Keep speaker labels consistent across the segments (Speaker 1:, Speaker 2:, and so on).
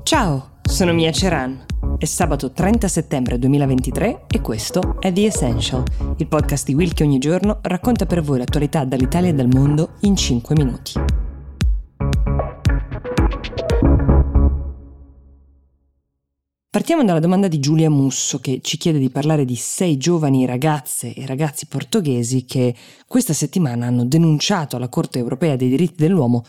Speaker 1: Ciao, sono Mia Ceran. È sabato 30 settembre 2023 e questo è The Essential, il podcast di Will che ogni giorno racconta per voi l'attualità dall'Italia e dal mondo in 5 minuti. Partiamo dalla domanda di Giulia Musso, che ci chiede di parlare di 6 giovani ragazze e ragazzi portoghesi che questa settimana hanno denunciato alla Corte Europea dei diritti dell'uomo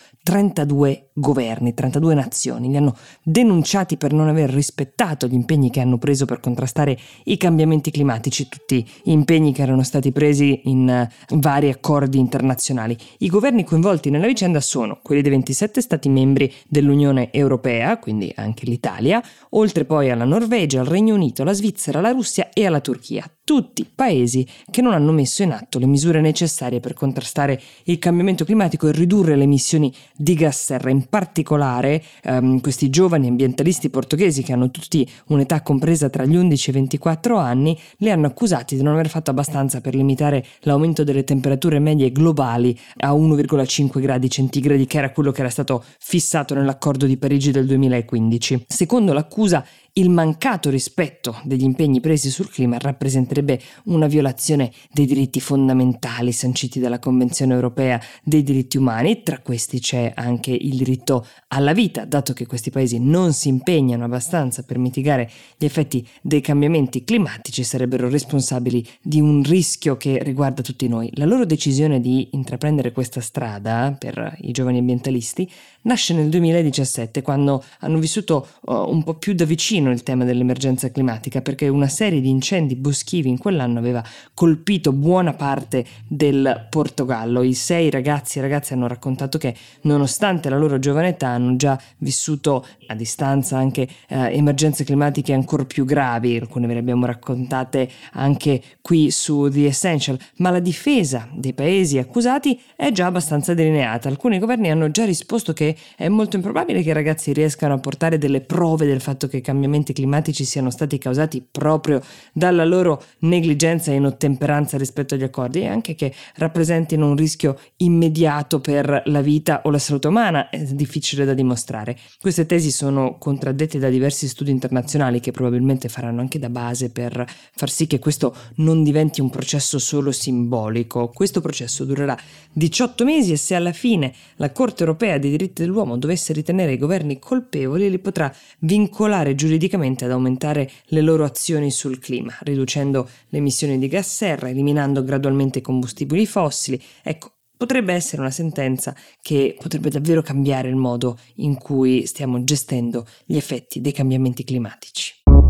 Speaker 1: 32 governi, 32 nazioni. Li hanno denunciati per non aver rispettato gli impegni che hanno preso per contrastare i cambiamenti climatici, tutti impegni che erano stati presi in vari accordi internazionali. I governi coinvolti nella vicenda sono quelli dei 27 Stati membri dell'Unione Europea, quindi anche l'Italia, oltre poi alla Norvegia, al Regno Unito, alla Svizzera, alla Russia e alla Turchia. Tutti paesi che non hanno messo in atto le misure necessarie per contrastare il cambiamento climatico e ridurre le emissioni di gas serra. In particolare questi giovani ambientalisti portoghesi, che hanno tutti un'età compresa tra gli 11 e i 24 anni, li hanno accusati di non aver fatto abbastanza per limitare l'aumento delle temperature medie globali a 1,5 gradi centigradi, che era quello che era stato fissato nell'accordo di Parigi del 2015. Secondo l'accusa, il mancato rispetto degli impegni presi sul clima rappresenterebbe una violazione dei diritti fondamentali sanciti dalla Convenzione Europea dei diritti umani. Tra questi c'è anche il diritto alla vita, dato che questi paesi non si impegnano abbastanza per mitigare gli effetti dei cambiamenti climatici, sarebbero responsabili di un rischio che riguarda tutti noi. La loro decisione di intraprendere questa strada per i giovani ambientalisti nasce nel 2017, quando hanno vissuto un po' più da vicino il tema dell'emergenza climatica, perché una serie di incendi boschivi in quell'anno aveva colpito buona parte del Portogallo. I 6 ragazzi e ragazze hanno raccontato che, nonostante la loro giovane età, hanno già vissuto a distanza anche emergenze climatiche ancora più gravi. Alcune ve le abbiamo raccontate anche qui su The Essential, ma la difesa dei paesi accusati è già abbastanza delineata. Alcuni governi hanno già risposto che è molto improbabile che i ragazzi riescano a portare delle prove del fatto che i cambiamenti climatici siano stati causati proprio dalla loro negligenza e inottemperanza rispetto agli accordi, e anche che rappresentino un rischio immediato per la vita o la salute umana. È difficile da dimostrare. Queste tesi sono contraddette da diversi studi internazionali, che probabilmente faranno anche da base per far sì che questo non diventi un processo solo simbolico. Questo processo durerà 18 mesi e se alla fine la Corte Europea dei diritti dell'uomo dovesse ritenere i governi colpevoli, li potrà vincolare giuridicamente ad aumentare le loro azioni sul clima, riducendo le emissioni di gas serra, eliminando gradualmente i combustibili fossili. Ecco, potrebbe essere una sentenza che potrebbe davvero cambiare il modo in cui stiamo gestendo gli effetti dei cambiamenti climatici.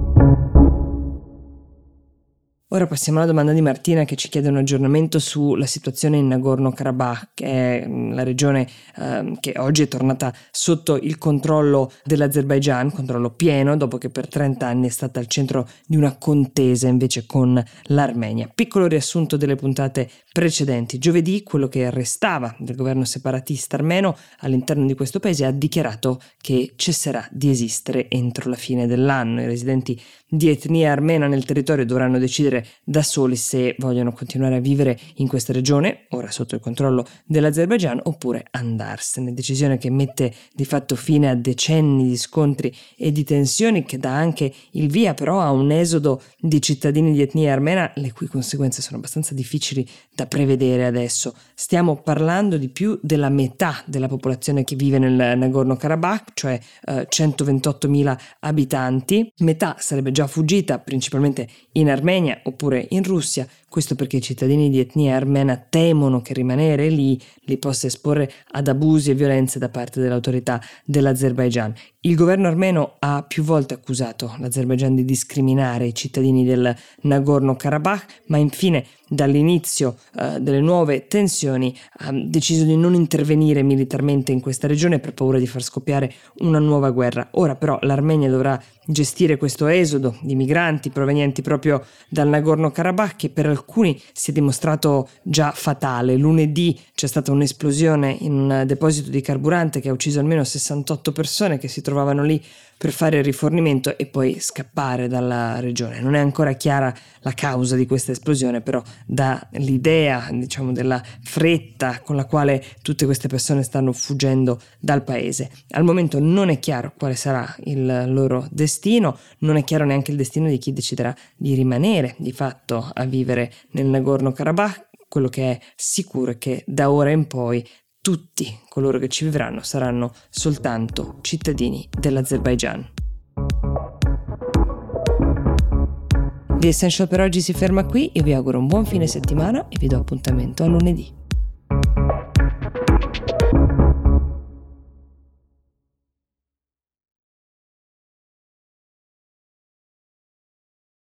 Speaker 1: Ora passiamo alla domanda di Martina, che ci chiede un aggiornamento sulla situazione in Nagorno-Karabakh, che è la regione che oggi è tornata sotto il controllo dell'Azerbaigian, controllo pieno, dopo che per 30 anni è stata al centro di una contesa invece con l'Armenia. Piccolo riassunto delle puntate precedenti. Giovedì quello che restava del governo separatista armeno all'interno di questo paese ha dichiarato che cesserà di esistere entro la fine dell'anno. I residenti di etnia armena nel territorio dovranno decidere da soli se vogliono continuare a vivere in questa regione, ora sotto il controllo dell'Azerbaigian, oppure andarsene. Decisione che mette di fatto fine a decenni di scontri e di tensioni, che dà anche il via però a un esodo di cittadini di etnia armena, le cui conseguenze sono abbastanza difficili da prevedere adesso. Stiamo parlando di più della metà della popolazione che vive nel Nagorno-Karabakh, cioè 128.000 abitanti. Metà sarebbe già fuggita, principalmente in Armenia oppure in Russia. Questo perché i cittadini di etnia armena temono che rimanere lì li possa esporre ad abusi e violenze da parte delle autorità dell'Azerbaigian. Il governo armeno ha più volte accusato l'Azerbaigian di discriminare i cittadini del Nagorno-Karabakh, ma infine dall'inizio delle nuove tensioni ha deciso di non intervenire militarmente in questa regione per paura di far scoppiare una nuova guerra. Ora però l'Armenia dovrà gestire questo esodo di migranti provenienti proprio dal Nagorno-Karabakh, che per alcuni si è dimostrato già fatale. Lunedì c'è stata un'esplosione in un deposito di carburante che ha ucciso almeno 68 persone che si trovavano lì per fare il rifornimento e poi scappare dalla regione. Non è ancora chiara la causa di questa esplosione, però dà l'idea, diciamo, della fretta con la quale tutte queste persone stanno fuggendo dal paese. Al momento non è chiaro quale sarà il loro destino, non è chiaro neanche il destino di chi deciderà di rimanere di fatto a vivere nel Nagorno-Karabakh. Quello che è sicuro è che da ora in poi tutti coloro che ci vivranno saranno soltanto cittadini dell'Azerbaigian. The Essential per oggi si ferma qui, io vi auguro un buon fine settimana e vi do appuntamento a lunedì.